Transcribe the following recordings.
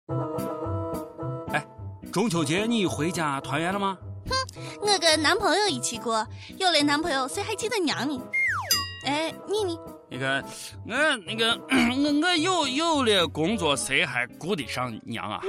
哎，中秋节你回家团圆了吗？ 我跟男朋友一起过，有了男朋友谁还记得娘呢？哎，你呢？ 我有了工作，谁还顾得上娘啊？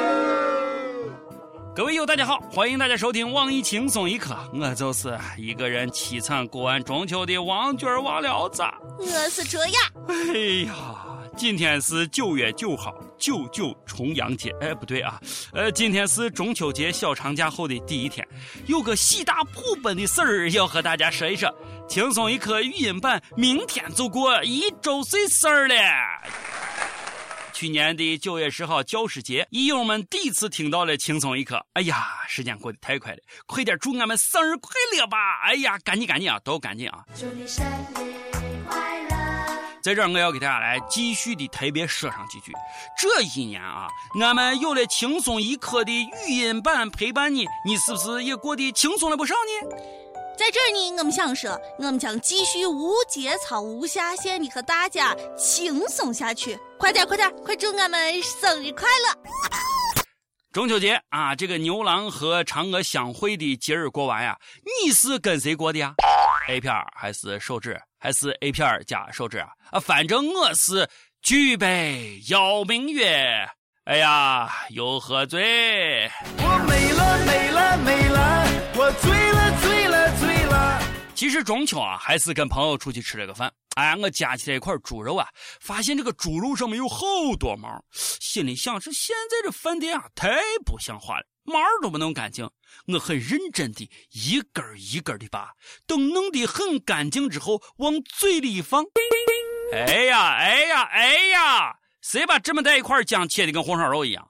各位友大家好，欢迎大家收听网易轻松一刻，我就是一个人凄惨过完中秋的王军王聊子。 我是哲呀。 哎呀，今天是9月9号，99重阳节。哎，不对啊，今天是中秋节小长假后的第一天，有个喜大普奔的事儿要和大家说一说。轻松一刻语音版，明天就过1周岁生日了。去年的9月10号教师节，义友们第一次听到了轻松一刻。哎呀，时间过得太快了，快点祝俺们生日快乐吧！哎呀，赶紧啊，都赶紧啊！祝你生日快乐！在这儿我要给大家来继续的特别说上几句。这一年啊，俺们有了轻松一刻的语音版陪伴你，你是不是也过得轻松了不少呢？ 在这儿呢，我们想说，我们将继续无节操、无下限的和大家轻松下去。快点，快祝俺们生日快乐！ 中秋节啊，这个牛郎和嫦娥相会的节日过完呀，你是跟谁过的呀 ？A 片还是手指，还是 A 片加手指啊？反正我是举杯邀明月。哎呀，又喝醉， 我美了，我醉了。 其实中秋啊，还是跟朋友出去吃了个饭。哎，我夹起来一块猪肉啊，发现这个猪肉上面有好多毛，心里想是现在这饭店啊太不像话了，毛都不弄干净。我很认真的一根一根的拔，等弄得很干净之后往嘴里一放。哎呀，谁把这么大一块姜切的跟红烧肉一样？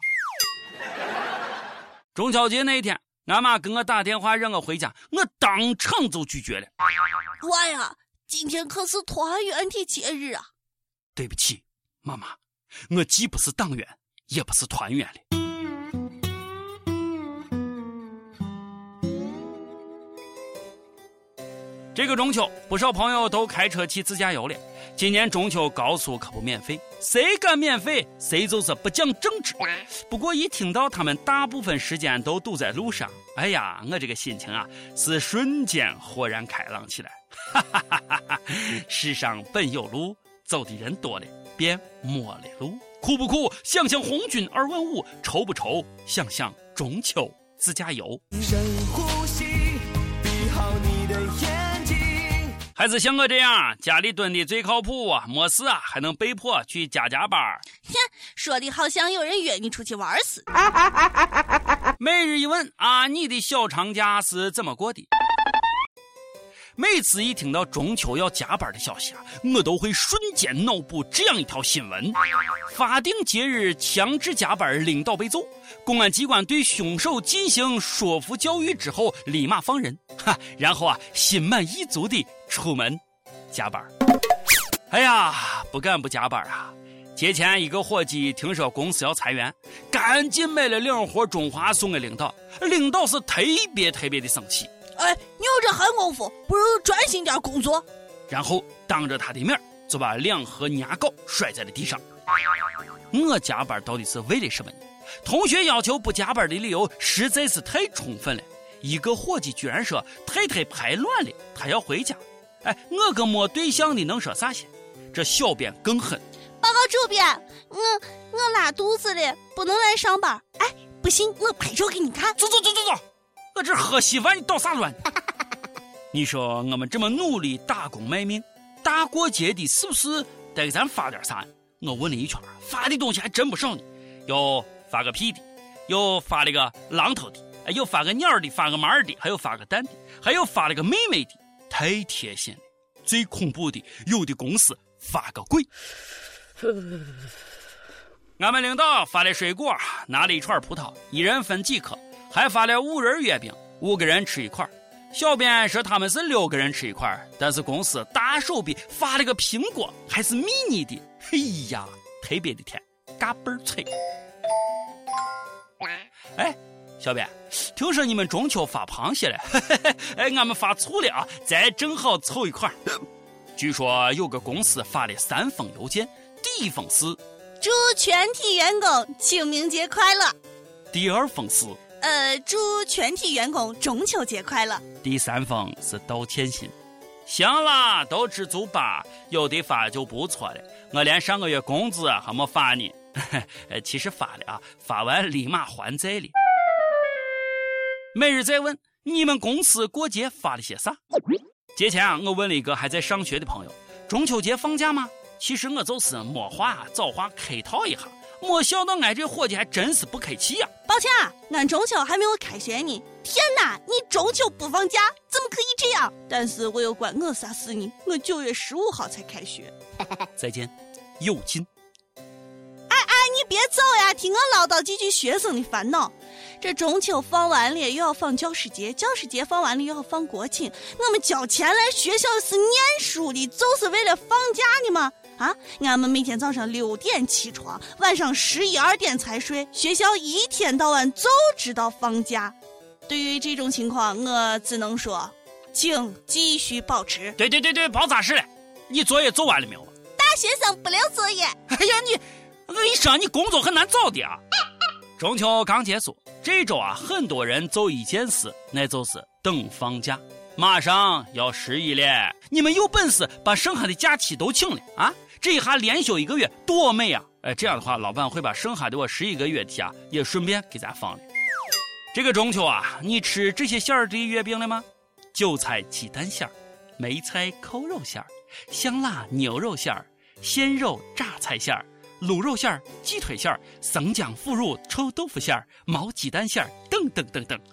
中秋节那一天，俺妈跟我打电话让我回家，我当场就拒绝了。 哇呀，今天可是团圆的节日啊！ 对不起，妈妈，我既不是党员，也不是团员了。这个中秋，不少朋友都开车去自驾游了。今年中秋高速可不免费，谁敢免费，谁就是不讲政治。不过一听到他们大部分时间都堵在路上，哎呀，我这个心情啊，是瞬间豁然开朗起来。世上本有路，走的人多了，便没了路。苦不苦，想想红军2万5；愁不愁，想想中秋自驾游。 深呼吸，闭好你的眼睛。 还是像我这样家里蹲的最靠谱啊，没事啊还能被迫去加班。 说的好像有人约你出去玩似的。 每日一问啊，你的小长假是怎么过的？每次一听到中秋要加班的消息啊，我都会瞬间脑补这样一条新闻：法定节日强制加班，领导被揍，公安机关对凶手进行说服教育之后立马放人，然后啊心满意足地出门加班。哎呀，不敢不加班啊！节前一个伙计听说公司要裁员，赶紧买了2盒中华送给领导，领导是特别的生气。 哎，你有这闲工夫，不如专心点工作。 然后当着他的面就把2盒牙膏摔在了地上。我加班到底是为了什么呢？同学要求不加班的理由实在是太充分了。一个伙计居然说太太排卵了，他要回家。哎，我个没对象的能说啥些？这小编更狠。 报告主编，我拉肚子了，不能来上班。哎，不信我拍照给你看。 走，我这喝稀饭你捣啥乱？你说我们这么努力打工卖命，大过节的是不是得给咱发点啥？我问了一圈，发的东西还真不少呢，有发个屁的，有发了个榔头的，有发个鸟的，发个马儿的，还有发个蛋的，还有发了个妹妹的，太贴心了。最恐怖的，有的公司发个鬼。俺们领导发了水果，拿了一串葡萄，1人分几颗，还发了5仁月饼，5个人吃一块。小编说他们是6个人吃一块，但是公司大手笔发了个苹果，还是迷你的。嘿呀，特别的甜，嘎嘣脆。哎，小编，听说你们中秋发螃蟹了，哎，俺们发醋了啊，咱正好凑一块。据说有个公司发了3封邮件，第一封是祝全体员工清明节快乐。 第二封是祝全体员工中秋节快乐。 第三封是道歉信。行了，都知足吧，有的发就不错了。我连上个月工资还没发呢。其实发了啊，发完立马还债了。每日再问，你们公司过节发了些啥？节前我问了一个还在上学的朋友，中秋节放假吗？其实我就是没话找话客套一下，没想到俺这伙计还真是不客气呀。 抱歉啊，俺中秋还没有开学呢。天哪，你中秋不放假，怎么可以这样？但是我又关我啥事呢？我9月15号才开学。 再见，有劲。 你别走呀，听我唠叨几句学生的烦恼。这中秋放完了又要放教师节，教师节放完了又要放国庆。我们交钱来学校是念书的，就是为了放假的吗？俺们每天早上6点起床，晚上11、2点才睡，学校一天到晚就知道放假。对于这种情况，我只能说，请继续保持。 对，保咋事了？你作业做完了没有？ 大学生不留作业。 哎呀，我跟你说，你工作很难找的啊。中秋刚结束，这周啊，很多人做一件事，那就是等放假。马上要11了，你们有本事把剩下的假期都请了啊！这一下连休1个月，多美啊！这样的话，老板会把剩下的我11个月的假也顺便给咱放了。这个中秋啊，你吃这些馅儿的月饼了吗？韭菜鸡蛋馅儿、梅菜扣肉馅儿、香辣牛肉馅儿、鲜肉榨菜馅儿、卤肉馅儿、鸡腿馅儿、生姜腐乳臭豆腐馅儿、毛鸡蛋馅儿，等等等等。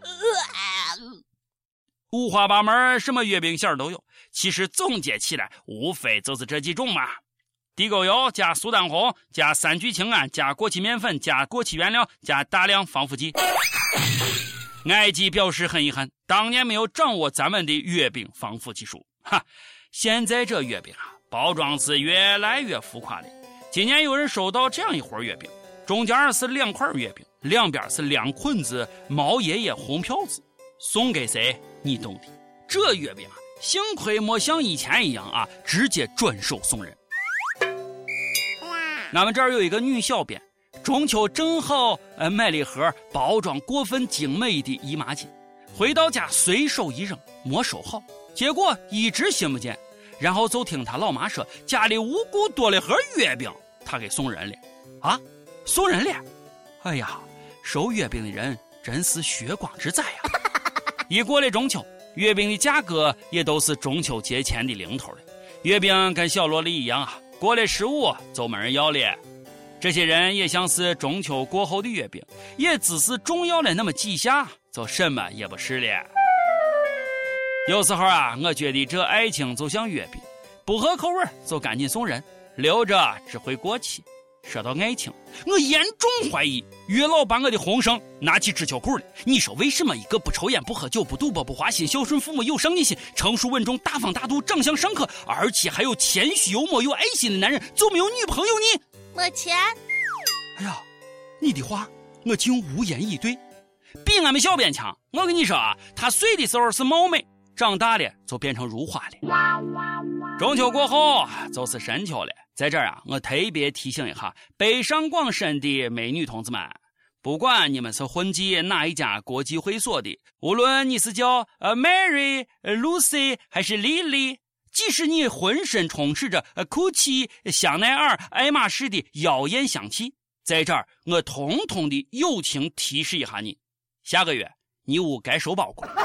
五花八门，什么月饼馅儿都有。其实总结起来，无非就是这几种嘛：地沟油加苏丹红加3聚氰胺加过期面粉加过期原料加大量防腐剂。埃及表示很遗憾，当年没有掌握咱们的月饼防腐技术。现在这月饼啊，包装是越来越浮夸了。今年有人收到这样一盒月饼，中间是2块月饼，两边是2捆子毛爷爷红票子，送给谁你懂的。这月饼啊，幸亏没像以前一样啊，直接转手送人。俺们这儿有一个女小编，中秋正好买了一盒包装过分精美的姨妈巾，回到家随手一扔，没收好，结果一直寻不见，然后就听他老妈说家里无故多了盒月饼，他给送人了。啊，送人了？哎呀，收月饼的人真是血光之灾呀！一过了中秋，月饼的价格也都是中秋节前的零头了。月饼跟小萝莉一样啊，过了15就没人要了。这些人也像是中秋过后的月饼，也只是重要了那么几下，就什么也不是了。有时候啊，我觉得这爱情就像月饼，不合口味就赶紧送人，留着只会过期。说到爱情，我严重怀疑月老把我的红绳拿起纸球裤了。你说为什么一个不抽烟不喝酒不赌博不花心孝顺父母有上进心成熟稳重大方大度长相尚可而且还有谦虚幽默有爱心的男人就没有女朋友呢？ 没钱。 哎呀，你的话我竟无言以对。比俺们小编强，我跟你说啊，他睡的时候是貌美，长大了就变成如花了。中秋过后就是深秋了，在这儿啊，我特别提醒一下北上广深的美女同志们，不管你们是混迹哪一家国际会所的，无论你是叫Mary、Lucy 还是 Lily， 即使你浑身充斥着Gucci、香奈儿、爱马仕的妖艳香气，在这儿我统统的友情提示一下你，下个月你屋该收包裹。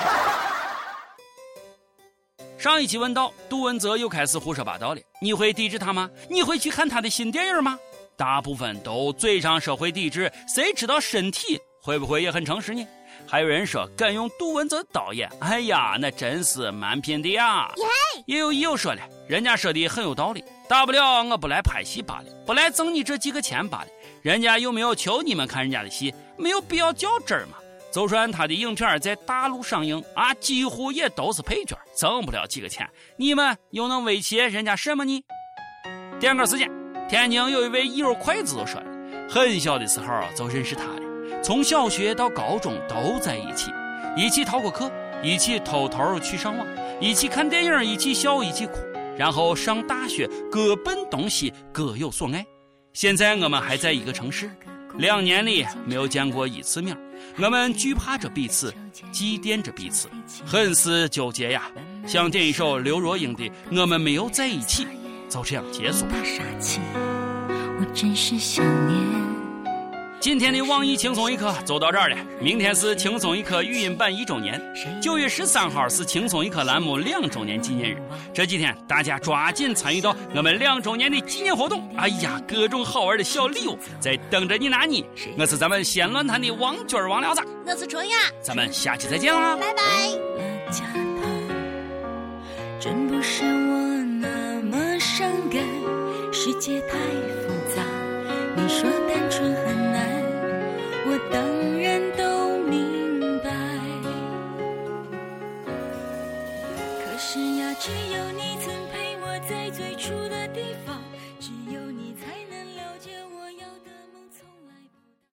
上一期问到杜文泽又开始胡说八道了，你会抵制他吗？你会去看他的新电影吗？大部分都嘴上说会抵制，谁知道身体会不会也很诚实呢？还有人说敢用杜文泽导演，哎呀，那真是蛮拼的呀。也有友说了，人家说的很有道理，大不了我不来拍戏罢了，不来挣你这几个钱罢了，人家又没有求你们看人家的戏，没有必要较真儿嘛。就算他的影片在大陆上映啊，几乎也都是配角，挣不了几个钱，你们又能威胁人家什么呢？点个时间，天津有一位一友筷子就说了，很小的时候就认识他了，从小学到高中都在一起逃过课，一起偷偷去上网，一起看电影，一起笑一起哭，然后上大学各奔东西各有所爱。 现在我们还在一个城市，2年里没有见过1次面，我们惧怕着彼此，祭奠着彼此，很是纠结呀。想点一首刘若英的《我们没有在一起》，就这样结束吧。 我真是想念。 今天的网易轻松一刻就到这儿了，明天是轻松一刻语音版1周年，9月13号是轻松一刻栏目2周年纪念日。这几天大家抓紧参与到我们2周年的纪念活动，哎呀，各种好玩的小礼物在等着你拿你。我是咱们西安论坛的王军王聊子， 我是春雅， 咱们下期再见啦， 拜拜。 真不是我那么伤感，世界太复杂，你说单纯很